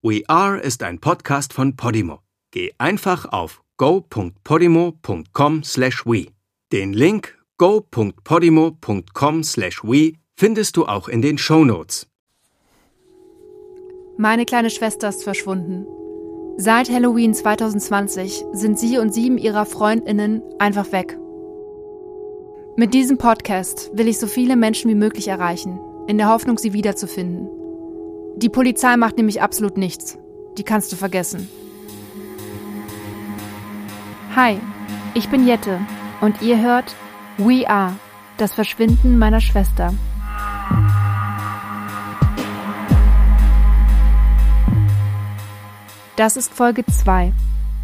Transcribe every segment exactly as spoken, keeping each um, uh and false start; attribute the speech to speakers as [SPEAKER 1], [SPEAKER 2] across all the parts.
[SPEAKER 1] We Are ist ein Podcast von Podimo. Geh einfach auf go punkt podimo punkt com slash we. Den Link go punkt podimo punkt com slash we findest du auch in den Shownotes.
[SPEAKER 2] Meine kleine Schwester ist verschwunden. Seit Halloween zwanzig zwanzig sind sie und sieben ihrer FreundInnen einfach weg. Mit diesem Podcast will ich so viele Menschen wie möglich erreichen, in der Hoffnung, sie wiederzufinden. Die Polizei macht nämlich absolut nichts. Die kannst du vergessen. Hi, ich bin Jette und ihr hört We Are, das Verschwinden meiner Schwester. Das ist Folge zwei.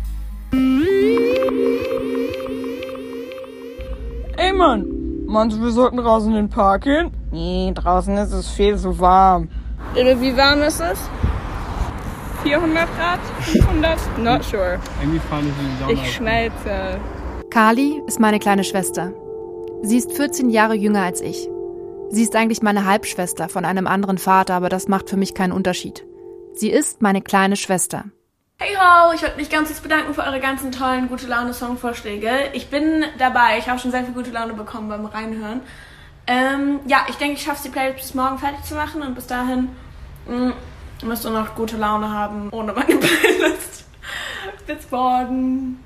[SPEAKER 3] Ey Mann, meinst du, wir sollten raus in den Park gehen? Nee, draußen ist es viel zu warm.
[SPEAKER 4] Wie warm ist es? vierhundert Grad? fünfhundert? Not sure.
[SPEAKER 5] Irgendwie fahren wir in die Sauna.
[SPEAKER 4] Ich schmelze.
[SPEAKER 2] Kali ist meine kleine Schwester. Sie ist vierzehn Jahre jünger als ich. Sie ist eigentlich meine Halbschwester von einem anderen Vater, aber das macht für mich keinen Unterschied. Sie ist meine kleine Schwester.
[SPEAKER 6] Hey ho, ich wollte mich ganz kurz bedanken für eure ganzen tollen Gute-Laune-Songvorschläge. Ich bin dabei, ich habe schon sehr viel gute Laune bekommen beim Reinhören. Ähm, ja, ich denke, ich schaffe es, die Playlist bis morgen fertig zu machen und bis dahin mh, müsst ihr noch gute Laune haben ohne meine Playlist. Bis morgen.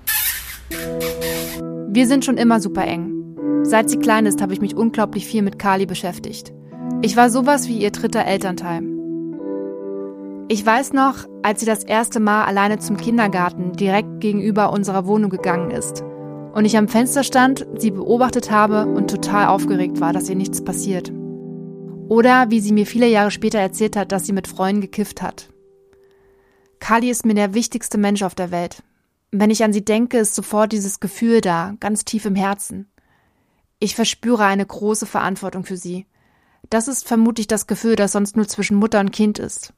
[SPEAKER 2] Wir sind schon immer super eng. Seit sie klein ist, habe ich mich unglaublich viel mit Kali beschäftigt. Ich war sowas wie ihr dritter Elternteil. Ich weiß noch, als sie das erste Mal alleine zum Kindergarten direkt gegenüber unserer Wohnung gegangen ist und ich am Fenster stand, sie beobachtet habe und total aufgeregt war, dass ihr nichts passiert. Oder wie sie mir viele Jahre später erzählt hat, dass sie mit Freunden gekifft hat. Kali ist mir der wichtigste Mensch auf der Welt. Wenn ich an sie denke, ist sofort dieses Gefühl da, ganz tief im Herzen. Ich verspüre eine große Verantwortung für sie. Das ist vermutlich das Gefühl, das sonst nur zwischen Mutter und Kind ist.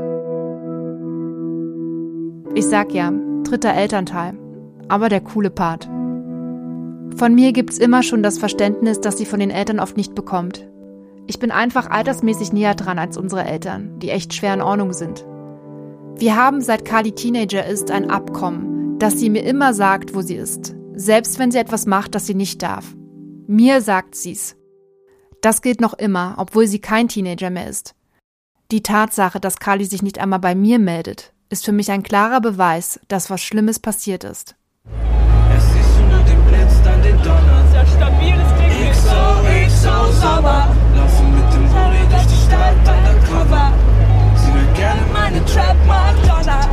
[SPEAKER 2] Ich sag ja, dritter Elternteil, aber der coole Part. Von mir gibt's immer schon das Verständnis, das sie von den Eltern oft nicht bekommt. Ich bin einfach altersmäßig näher dran als unsere Eltern, die echt schwer in Ordnung sind. Wir haben, seit Kali Teenager ist, ein Abkommen, dass sie mir immer sagt, wo sie ist, selbst wenn sie etwas macht, das sie nicht darf. Mir sagt sie's. Das gilt noch immer, obwohl sie kein Teenager mehr ist. Die Tatsache, dass Kali sich nicht einmal bei mir meldet, ist für mich ein klarer Beweis, dass was Schlimmes passiert ist.
[SPEAKER 7] Es siehst du nur den Blitz, dann den Donner.
[SPEAKER 4] Das ist ja stabiles Ding.
[SPEAKER 7] Ich so, ich so sauber. Laufen mit dem Rolli durch die Stadt, undercover. Sie will gerne meine Trap Madonna.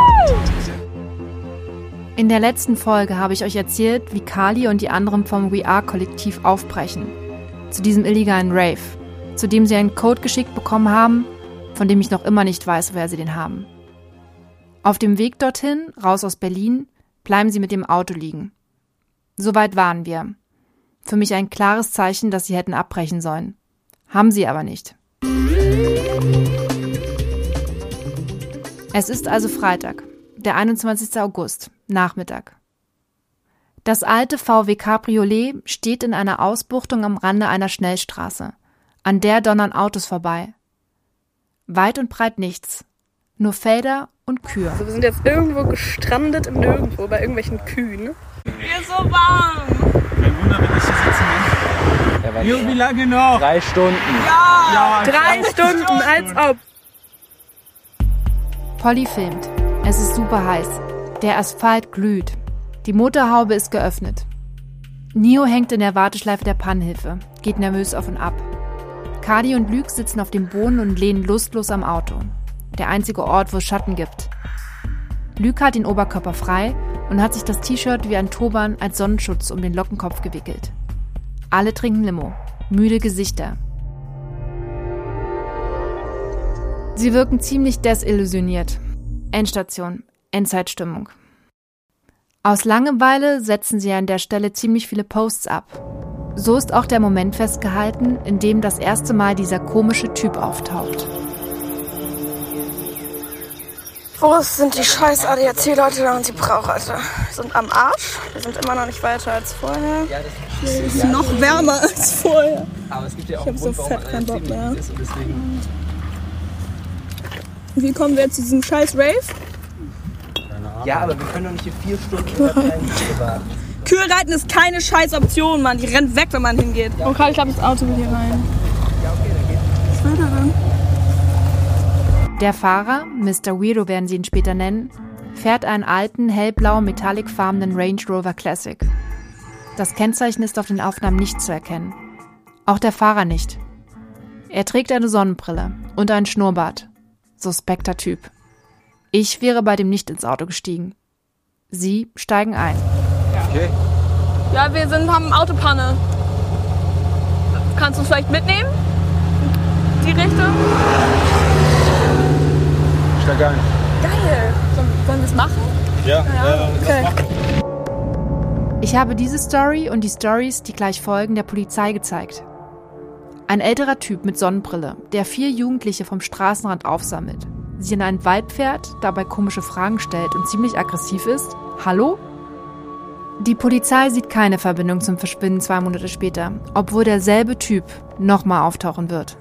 [SPEAKER 2] In der letzten Folge habe ich euch erzählt, wie Kali und die anderen vom We Are-Kollektiv aufbrechen. Zu diesem illegalen Rave, zu dem sie einen Code geschickt bekommen haben, von dem ich noch immer nicht weiß, woher sie den haben. Auf dem Weg dorthin, raus aus Berlin, bleiben sie mit dem Auto liegen. Soweit waren wir. Für mich ein klares Zeichen, dass sie hätten abbrechen sollen. Haben sie aber nicht. Es ist also Freitag, der einundzwanzigster August, Nachmittag. Das alte V W Cabriolet steht in einer Ausbuchtung am Rande einer Schnellstraße. An der donnern Autos vorbei. Weit und breit nichts. Nur Felder und Kühe.
[SPEAKER 4] Also wir sind jetzt irgendwo gestrandet im Nirgendwo bei irgendwelchen Kühen. Mir ist so warm.
[SPEAKER 5] Kein Wunder, wenn ich hier sitzen. Jo, wie lange noch?
[SPEAKER 8] Drei Stunden.
[SPEAKER 4] Ja, ja drei Stunden, als ob.
[SPEAKER 2] Polly filmt. Es ist super heiß. Der Asphalt glüht. Die Motorhaube ist geöffnet. Nio hängt in der Warteschleife der Pannhilfe, geht nervös auf und ab. Kali und Luke sitzen auf dem Boden und lehnen lustlos am Auto. Der einzige Ort, wo es Schatten gibt. Luke hat den Oberkörper frei und hat sich das T-Shirt wie ein Turban als Sonnenschutz um den Lockenkopf gewickelt. Alle trinken Limo. Müde Gesichter. Sie wirken ziemlich desillusioniert. Endstation. Endzeitstimmung. Aus Langeweile setzen sie an der Stelle ziemlich viele Posts ab. So ist auch der Moment festgehalten, in dem das erste Mal dieser komische Typ auftaucht.
[SPEAKER 3] Wo sind die scheiß A D A C-Leute da und die Brauch, Alter? Wir sind am Arsch. Wir sind immer noch nicht weiter als vorher. Hier ist noch wärmer als vorher.
[SPEAKER 8] Aber es gibt ja auch
[SPEAKER 3] ich hab so fett keinen Bock mehr.
[SPEAKER 8] Ist und deswegen
[SPEAKER 3] Wie kommen wir jetzt zu diesem scheiß Rave?
[SPEAKER 5] Ja, aber wir können doch nicht hier vier Stunden in der kleinen Küche warten.
[SPEAKER 3] Kühlreiten ist keine scheiß Option, Mann. Die rennt weg, wenn man hingeht.
[SPEAKER 4] Okay, ich glaube, das Auto will hier rein.
[SPEAKER 3] Was war da dann?
[SPEAKER 2] Der Fahrer, Mister Weirdo werden sie ihn später nennen, fährt einen alten, hellblau metallicfarbenen Range Rover Classic. Das Kennzeichen ist auf den Aufnahmen nicht zu erkennen. Auch der Fahrer nicht. Er trägt eine Sonnenbrille und einen Schnurrbart. Suspekter Typ. Ich wäre bei dem nicht ins Auto gestiegen. Sie steigen ein.
[SPEAKER 8] Okay.
[SPEAKER 3] Ja, wir sind, haben eine Autopanne. Kannst du uns vielleicht mitnehmen? Die Richtung?
[SPEAKER 8] Steig ein.
[SPEAKER 3] Geil. Wollen wir es machen?
[SPEAKER 8] Ja,
[SPEAKER 3] Ja,
[SPEAKER 8] ja,
[SPEAKER 3] okay.
[SPEAKER 8] lass machen.
[SPEAKER 2] Ich habe diese Story und die Stories, die gleich folgen, der Polizei gezeigt. Ein älterer Typ mit Sonnenbrille, der vier Jugendliche vom Straßenrand aufsammelt, sie in einen Wald fährt, dabei komische Fragen stellt und ziemlich aggressiv ist. Hallo? Die Polizei sieht keine Verbindung zum Verschwinden zwei Monate später, obwohl derselbe Typ nochmal auftauchen wird.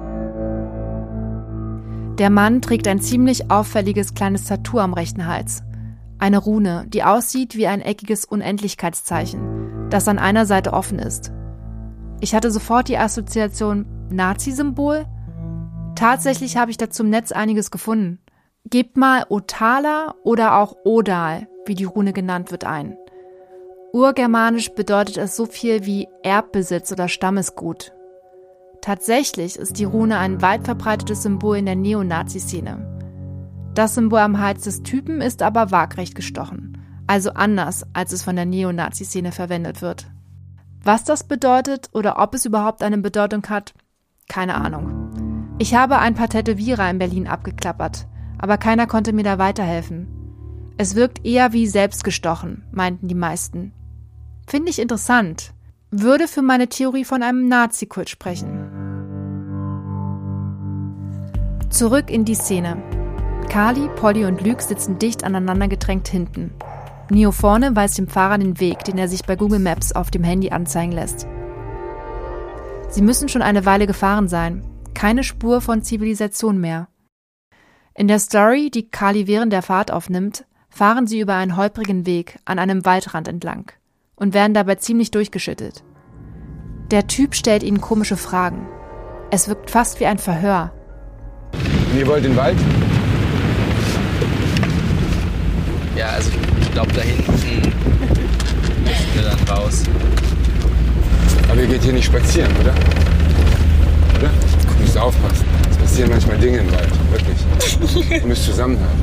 [SPEAKER 2] Der Mann trägt ein ziemlich auffälliges kleines Tattoo am rechten Hals. Eine Rune, die aussieht wie ein eckiges Unendlichkeitszeichen, das an einer Seite offen ist. Ich hatte sofort die Assoziation Nazi-Symbol. Tatsächlich habe ich dazu im Netz einiges gefunden. Gebt mal Otala oder auch Odal, wie die Rune genannt wird, ein. Urgermanisch bedeutet es so viel wie Erbbesitz oder Stammesgut. Tatsächlich ist die Rune ein weit verbreitetes Symbol in der Neonazi-Szene. Das Symbol am Hals des Typen ist aber waagrecht gestochen, also anders, als es von der Neonazi-Szene verwendet wird. Was das bedeutet oder ob es überhaupt eine Bedeutung hat, keine Ahnung. Ich habe ein paar Tätowierer in Berlin abgeklappert, aber keiner konnte mir da weiterhelfen. Es wirkt eher wie selbstgestochen, meinten die meisten. Finde ich interessant. Würde für meine Theorie von einem Nazi-Kult sprechen. Zurück in die Szene. Carly, Polly und Luke sitzen dicht aneinander gedrängt hinten. Neo vorne weist dem Fahrer den Weg, den er sich bei Google Maps auf dem Handy anzeigen lässt. Sie müssen schon eine Weile gefahren sein. Keine Spur von Zivilisation mehr. In der Story, die Carly während der Fahrt aufnimmt, fahren sie über einen holprigen Weg an einem Waldrand entlang und werden dabei ziemlich durchgeschüttelt. Der Typ stellt ihnen komische Fragen. Es wirkt fast wie ein Verhör.
[SPEAKER 8] Und ihr wollt den Wald?
[SPEAKER 5] Ja, also ich glaube da hinten müssen wir dann raus.
[SPEAKER 8] Aber ihr geht hier nicht spazieren, oder? Oder? Du musst aufpassen. Es passieren manchmal Dinge im Wald, wirklich. Du müsst zusammenhalten.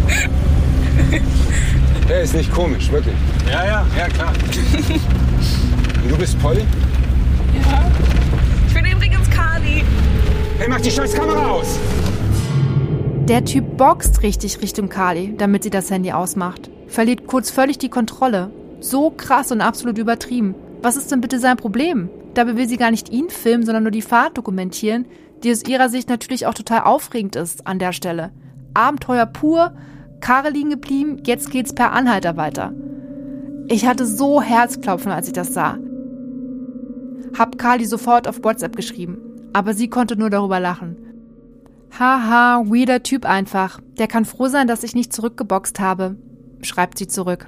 [SPEAKER 8] Der ist nicht komisch, wirklich. Ja, ja, ja, klar. Und du bist Polly?
[SPEAKER 3] Ja. Ich bin übrigens Carly.
[SPEAKER 8] Hey, mach die scheiß Kamera aus!
[SPEAKER 2] Der Typ boxt richtig Richtung Carly, damit sie das Handy ausmacht. Verliert kurz völlig die Kontrolle. So krass und absolut übertrieben. Was ist denn bitte sein Problem? Dabei will sie gar nicht ihn filmen, sondern nur die Fahrt dokumentieren, die aus ihrer Sicht natürlich auch total aufregend ist an der Stelle. Abenteuer pur, Karre liegen geblieben, jetzt geht's per Anhalter weiter. Ich hatte so Herzklopfen, als ich das sah. Hab Carly sofort auf WhatsApp geschrieben, aber sie konnte nur darüber lachen. Haha, weirder Typ einfach. Der kann froh sein, dass ich nicht zurückgeboxt habe, schreibt sie zurück.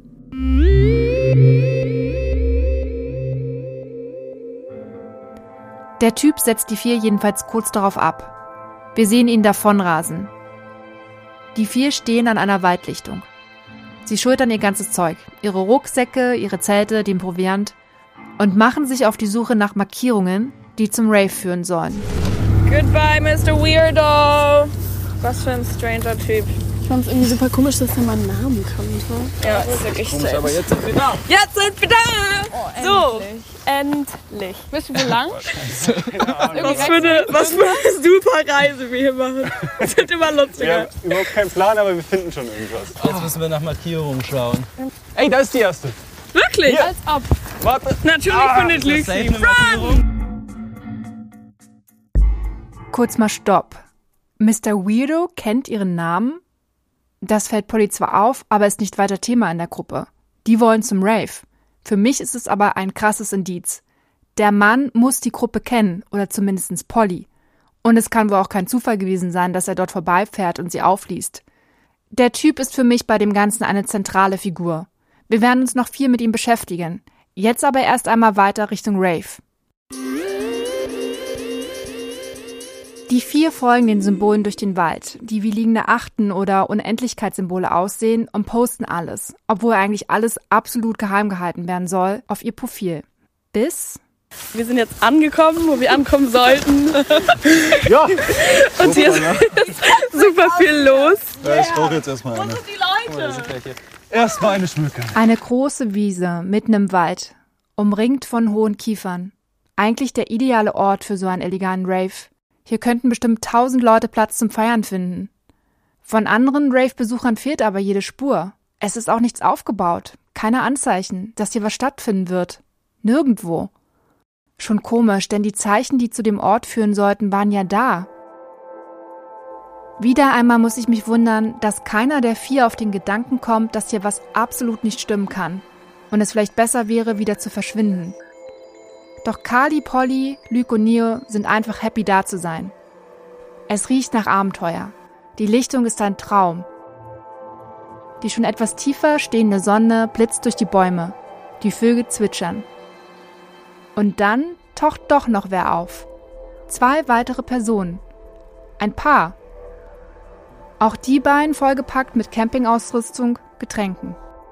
[SPEAKER 2] Der Typ setzt die vier jedenfalls kurz darauf ab. Wir sehen ihn davonrasen. Die vier stehen an einer Waldlichtung. Sie schultern ihr ganzes Zeug, ihre Rucksäcke, ihre Zelte, den Proviant und machen sich auf die Suche nach Markierungen, die zum Rave führen sollen.
[SPEAKER 4] Goodbye, Mister Weirdo. Was für ein stranger Typ.
[SPEAKER 3] Ich fand es irgendwie super komisch, dass er mal einen Namen kannte.
[SPEAKER 4] Ja, das ist wirklich
[SPEAKER 8] Komisch,
[SPEAKER 4] strange.
[SPEAKER 8] aber jetzt sind wir da.
[SPEAKER 4] Jetzt sind wir da! So, endlich. Wisst ihr, wo lang?
[SPEAKER 3] Was für eine, was für eine super Reise wir hier machen. Das wird immer
[SPEAKER 9] Wir
[SPEAKER 3] lustiger.
[SPEAKER 9] haben überhaupt keinen Plan, aber wir finden schon irgendwas.
[SPEAKER 5] Jetzt müssen wir nach Markierungen schauen.
[SPEAKER 9] Ey, da ist die erste.
[SPEAKER 3] Wirklich?
[SPEAKER 9] Hier.
[SPEAKER 3] Als ob.
[SPEAKER 9] Warte.
[SPEAKER 3] Natürlich
[SPEAKER 9] Ah,
[SPEAKER 3] findet Luke
[SPEAKER 5] Safe
[SPEAKER 3] sie.
[SPEAKER 5] eine Markierung.
[SPEAKER 2] Kurz mal Stopp. Mister Weirdo kennt ihren Namen? Das fällt Polly zwar auf, aber ist nicht weiter Thema in der Gruppe. Die wollen zum Rave. Für mich ist es aber ein krasses Indiz. Der Mann muss die Gruppe kennen, oder zumindest Polly. Und es kann wohl auch kein Zufall gewesen sein, dass er dort vorbeifährt und sie aufliest. Der Typ ist für mich bei dem Ganzen eine zentrale Figur. Wir werden uns noch viel mit ihm beschäftigen. Jetzt aber erst einmal weiter Richtung Rave. Die vier folgen den Symbolen durch den Wald, die wie liegende Achten oder Unendlichkeitssymbole aussehen, und posten alles, obwohl eigentlich alles absolut geheim gehalten werden soll, auf ihr Profil. Bis...
[SPEAKER 4] Wir sind jetzt angekommen, wo wir ankommen sollten.
[SPEAKER 9] Ja!
[SPEAKER 4] Und hier ist super viel los.
[SPEAKER 9] Ja, ich brauche jetzt erstmal eine.
[SPEAKER 4] Wo sind die Leute?
[SPEAKER 9] Erstmal eine Schmücke.
[SPEAKER 2] Eine große Wiese mitten im Wald, umringt von hohen Kiefern. Eigentlich der ideale Ort für so einen illegalen Rave. Hier könnten bestimmt tausend Leute Platz zum Feiern finden. Von anderen Rave-Besuchern fehlt aber jede Spur. Es ist auch nichts aufgebaut. Keine Anzeichen, dass hier was stattfinden wird. Nirgendwo. Schon komisch, denn die Zeichen, die zu dem Ort führen sollten, waren ja da. Wieder einmal muss ich mich wundern, dass keiner der vier auf den Gedanken kommt, dass hier was absolut nicht stimmen kann und es vielleicht besser wäre, wieder zu verschwinden. Doch Kali, Polly, Luke und Neo sind einfach happy, da zu sein. Es riecht nach Abenteuer. Die Lichtung ist ein Traum. Die schon etwas tiefer stehende Sonne blitzt durch die Bäume. Die Vögel zwitschern. Und dann taucht doch noch wer auf. Zwei weitere Personen. Ein Paar. Auch die beiden vollgepackt mit Campingausrüstung, Getränken.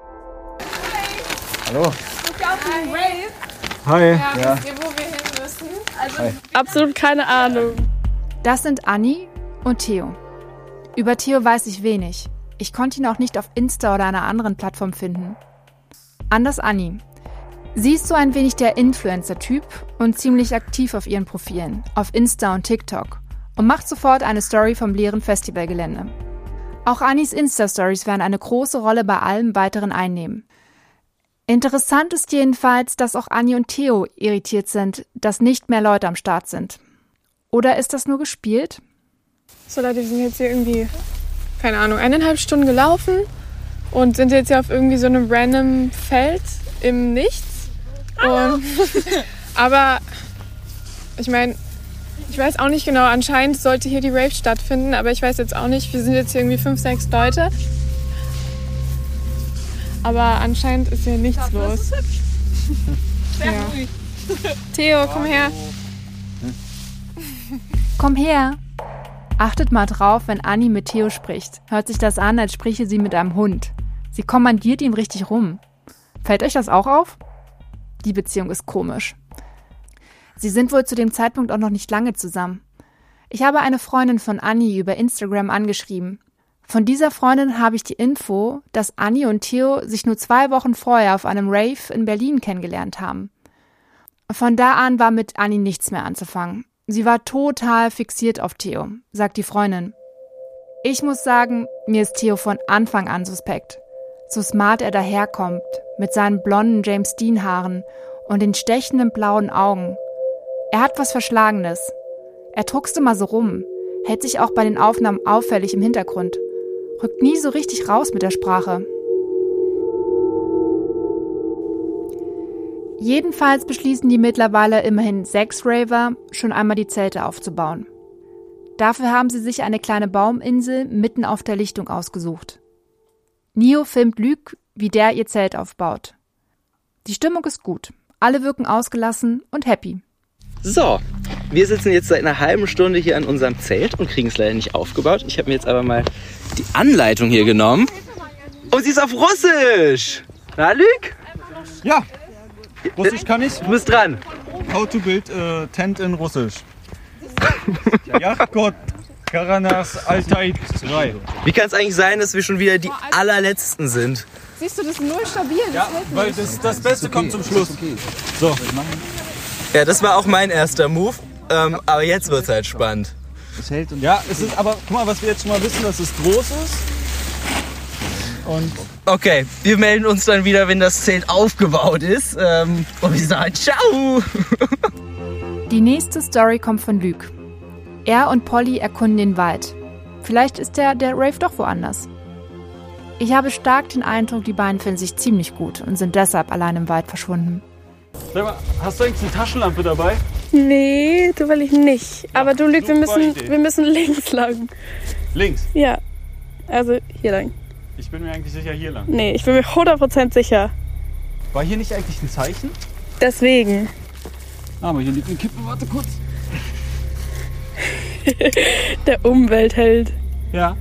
[SPEAKER 9] Hallo.
[SPEAKER 4] Hi.
[SPEAKER 9] Hi.
[SPEAKER 4] Ja,
[SPEAKER 9] Ja.
[SPEAKER 4] wisst ihr, wo wir hin müssen? Also
[SPEAKER 9] Hi.
[SPEAKER 4] absolut keine Ahnung.
[SPEAKER 2] Das sind Anni und Theo. Über Theo weiß ich wenig. Ich konnte ihn auch nicht auf Insta oder einer anderen Plattform finden. Anders Anni. Sie ist so ein wenig der Influencer-Typ und ziemlich aktiv auf ihren Profilen, auf Insta und TikTok, und macht sofort eine Story vom leeren Festivalgelände. Auch Annis Insta-Stories werden eine große Rolle bei allem Weiteren einnehmen. Interessant ist jedenfalls, dass auch Anni und Theo irritiert sind, dass nicht mehr Leute am Start sind. Oder ist das nur gespielt?
[SPEAKER 4] So Leute, wir sind jetzt hier irgendwie, keine Ahnung, eineinhalb Stunden gelaufen und sind jetzt hier auf irgendwie so einem random Feld im Nichts. Und, aber ich meine, ich weiß auch nicht genau, anscheinend sollte hier die Rave stattfinden, aber ich weiß jetzt auch nicht, wir sind jetzt hier irgendwie fünf, sechs Leute. Aber anscheinend ist hier nichts los. Das ist hübsch. Sehr ja. ruhig. Theo, komm her.
[SPEAKER 2] Komm her. Achtet mal drauf, wenn Anni mit Theo spricht. Hört sich das an, als spräche sie mit einem Hund. Sie kommandiert ihn richtig rum. Fällt euch das auch auf? Die Beziehung ist komisch. Sie sind wohl zu dem Zeitpunkt auch noch nicht lange zusammen. Ich habe eine Freundin von Anni über Instagram angeschrieben. Von dieser Freundin habe ich die Info, dass Anni und Theo sich nur zwei Wochen vorher auf einem Rave in Berlin kennengelernt haben. Von da an war mit Anni nichts mehr anzufangen. Sie war total fixiert auf Theo, sagt die Freundin. Ich muss sagen, mir ist Theo von Anfang an suspekt. So smart er daherkommt, mit seinen blonden James-Dean-Haaren und den stechenden blauen Augen. Er hat was Verschlagenes. Er druckst immer so rum, hält sich auch bei den Aufnahmen auffällig im Hintergrund, rückt nie so richtig raus mit der Sprache. Jedenfalls beschließen die mittlerweile immerhin sechs Raver, schon einmal die Zelte aufzubauen. Dafür haben sie sich eine kleine Bauminsel mitten auf der Lichtung ausgesucht. Neo filmt Luke, wie der ihr Zelt aufbaut. Die Stimmung ist gut. Alle wirken ausgelassen und happy.
[SPEAKER 5] So, wir sitzen jetzt seit einer halben Stunde hier an unserem Zelt und kriegen es leider nicht aufgebaut. Ich habe mir jetzt aber mal die Anleitung hier genommen. Und sie ist auf Russisch. Na, Luke?
[SPEAKER 9] Ja, Russisch kann ich.
[SPEAKER 5] Du bist dran.
[SPEAKER 9] How to build a tent in Russisch. Jachtkot Karanas Altai drei.
[SPEAKER 5] Wie kann es eigentlich sein, dass wir schon wieder die allerletzten sind?
[SPEAKER 4] Siehst du, das ist null stabil. Das
[SPEAKER 9] Ja, weil das, das Beste kommt zum Schluss. So.
[SPEAKER 5] Ja, das war auch mein erster Move. Ähm, aber jetzt wird es halt spannend.
[SPEAKER 9] Ja, es ist aber, guck mal, was wir jetzt schon mal wissen, dass es groß ist. Und
[SPEAKER 5] Okay, wir melden uns dann wieder, wenn das Zelt aufgebaut ist. Ähm, und wir sagen ciao.
[SPEAKER 2] Die nächste Story kommt von Luke. Er und Polly erkunden den Wald. Vielleicht ist der, der Rave doch woanders. Ich habe stark den Eindruck, die beiden finden sich ziemlich gut und sind deshalb allein im Wald verschwunden.
[SPEAKER 9] sag mal, hast du eigentlich eine Taschenlampe dabei?
[SPEAKER 3] Nee, du will ich nicht. Aber du Luke, wir
[SPEAKER 9] super
[SPEAKER 3] müssen,
[SPEAKER 9] Idee.
[SPEAKER 3] wir müssen links lang.
[SPEAKER 9] Links.
[SPEAKER 3] Ja. Also hier lang.
[SPEAKER 9] Ich bin mir eigentlich sicher hier lang.
[SPEAKER 3] Nee, ich bin mir hundert Prozent sicher.
[SPEAKER 9] War hier nicht eigentlich ein Zeichen?
[SPEAKER 3] Deswegen.
[SPEAKER 9] Ah, aber hier liegt eine Kippe. Warte kurz.
[SPEAKER 3] Der Umweltheld.
[SPEAKER 9] Ja.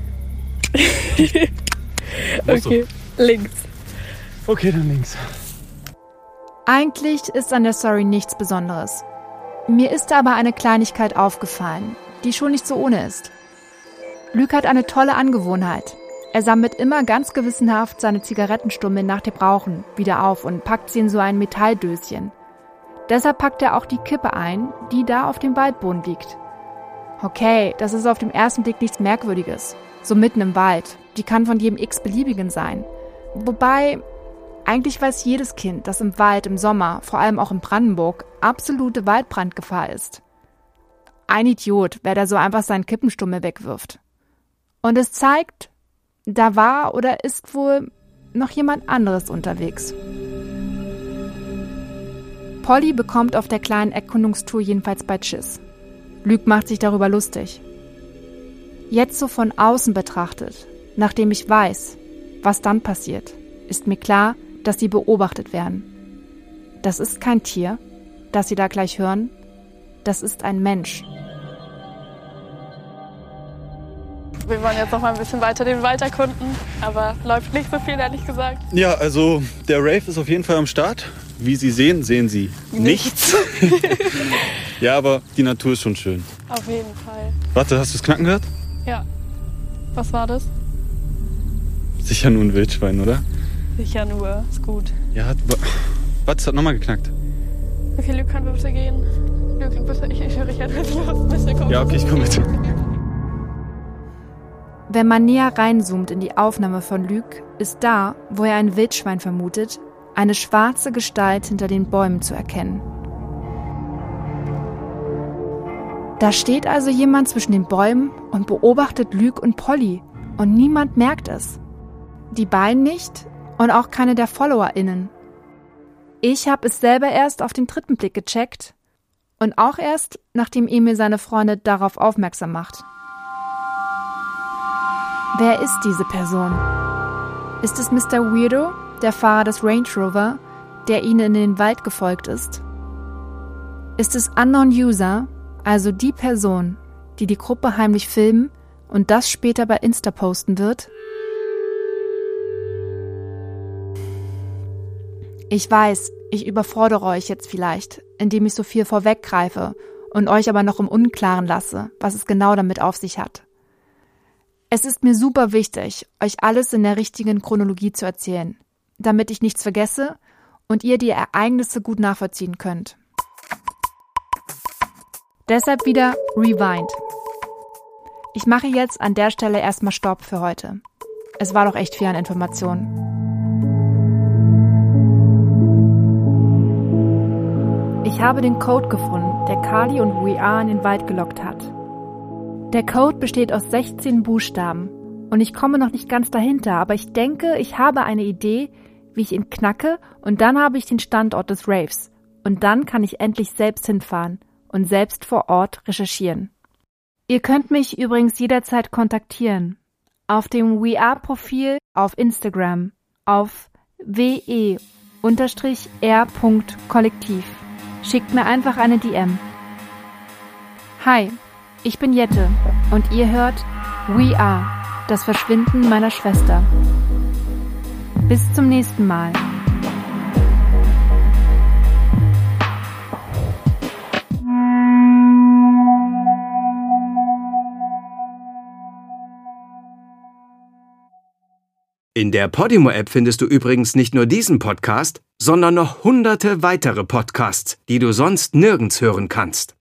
[SPEAKER 3] Okay, links.
[SPEAKER 9] Okay, dann links.
[SPEAKER 2] Eigentlich ist an der Story nichts Besonderes. Mir ist aber eine Kleinigkeit aufgefallen, die schon nicht so ohne ist. Luke hat eine tolle Angewohnheit. Er sammelt immer ganz gewissenhaft seine Zigarettenstummel nach dem Rauchen wieder auf und packt sie in so ein Metalldöschen. Deshalb packt er auch die Kippe ein, die da auf dem Waldboden liegt. Okay, das ist auf den ersten Blick nichts Merkwürdiges. So mitten im Wald. Die kann von jedem x-beliebigen sein. Wobei, eigentlich weiß jedes Kind, dass im Wald im Sommer, vor allem auch in Brandenburg, absolute Waldbrandgefahr ist. Ein Idiot, wer da so einfach seinen Kippenstummel wegwirft. Und es zeigt, da war oder ist wohl noch jemand anderes unterwegs. Polly bekommt auf der kleinen Erkundungstour jedenfalls bald Schiss. Luke macht sich darüber lustig. Jetzt so von außen betrachtet, nachdem ich weiß, was dann passiert, ist mir klar, dass sie beobachtet werden. Das ist kein Tier, das sie da gleich hören, das ist ein Mensch.
[SPEAKER 3] Wir wollen jetzt noch mal ein bisschen weiter den Wald erkunden, aber läuft nicht so viel, ehrlich gesagt.
[SPEAKER 9] Ja, also der Rave ist auf jeden Fall am Start. Wie Sie sehen, sehen Sie nichts. Ja, aber die Natur ist schon schön.
[SPEAKER 3] Auf jeden Fall.
[SPEAKER 9] Warte, hast du das Knacken gehört?
[SPEAKER 3] Ja. Was war das?
[SPEAKER 9] Sicher nur ein Wildschwein, oder?
[SPEAKER 3] Sicher nur. Ist gut.
[SPEAKER 9] Ja, hat, warte, es hat nochmal geknackt.
[SPEAKER 3] Okay, Luke, können wir bitte gehen? Luke, bitte, ich, ich höre dich jetzt los. Bitte komm.
[SPEAKER 9] Ja, okay, ich komme mit.
[SPEAKER 2] Wenn man näher reinzoomt in die Aufnahme von Luke, ist da, wo er ein Wildschwein vermutet, eine schwarze Gestalt hinter den Bäumen zu erkennen. Da steht also jemand zwischen den Bäumen und beobachtet Luke und Polly und niemand merkt es. Die beiden nicht und auch keine der FollowerInnen. Ich habe es selber erst auf den dritten Blick gecheckt und auch erst, nachdem Emil seine Freunde darauf aufmerksam macht. Wer ist diese Person? Ist es Mister Weirdo, der Fahrer des Range Rover, der ihnen in den Wald gefolgt ist? Ist es Unknown User, also die Person, die die Gruppe heimlich filmen und das später bei Insta posten wird? Ich weiß, ich überfordere euch jetzt vielleicht, indem ich so viel vorweggreife und euch aber noch im Unklaren lasse, was es genau damit auf sich hat. Es ist mir super wichtig, euch alles in der richtigen Chronologie zu erzählen, damit ich nichts vergesse und ihr die Ereignisse gut nachvollziehen könnt. Deshalb wieder Rewind. Ich mache jetzt an der Stelle erstmal Stopp für heute. Es war doch echt viel an Informationen. Ich habe den Code gefunden, der Carly und We Are in den Wald gelockt hat. Der Code besteht aus sechzehn Buchstaben und ich komme noch nicht ganz dahinter, aber ich denke, ich habe eine Idee, wie ich ihn knacke und dann habe ich den Standort des Raves und dann kann ich endlich selbst hinfahren und selbst vor Ort recherchieren. Ihr könnt mich übrigens jederzeit kontaktieren auf dem We Are-Profil auf Instagram auf w e r punkt kollektiv. Schickt mir einfach eine D M. Hi, ich bin Jette und ihr hört We Are, das Verschwinden meiner Schwester. Bis zum nächsten Mal.
[SPEAKER 1] In der Podimo-App findest du übrigens nicht nur diesen Podcast, sondern noch hunderte weitere Podcasts, die du sonst nirgends hören kannst.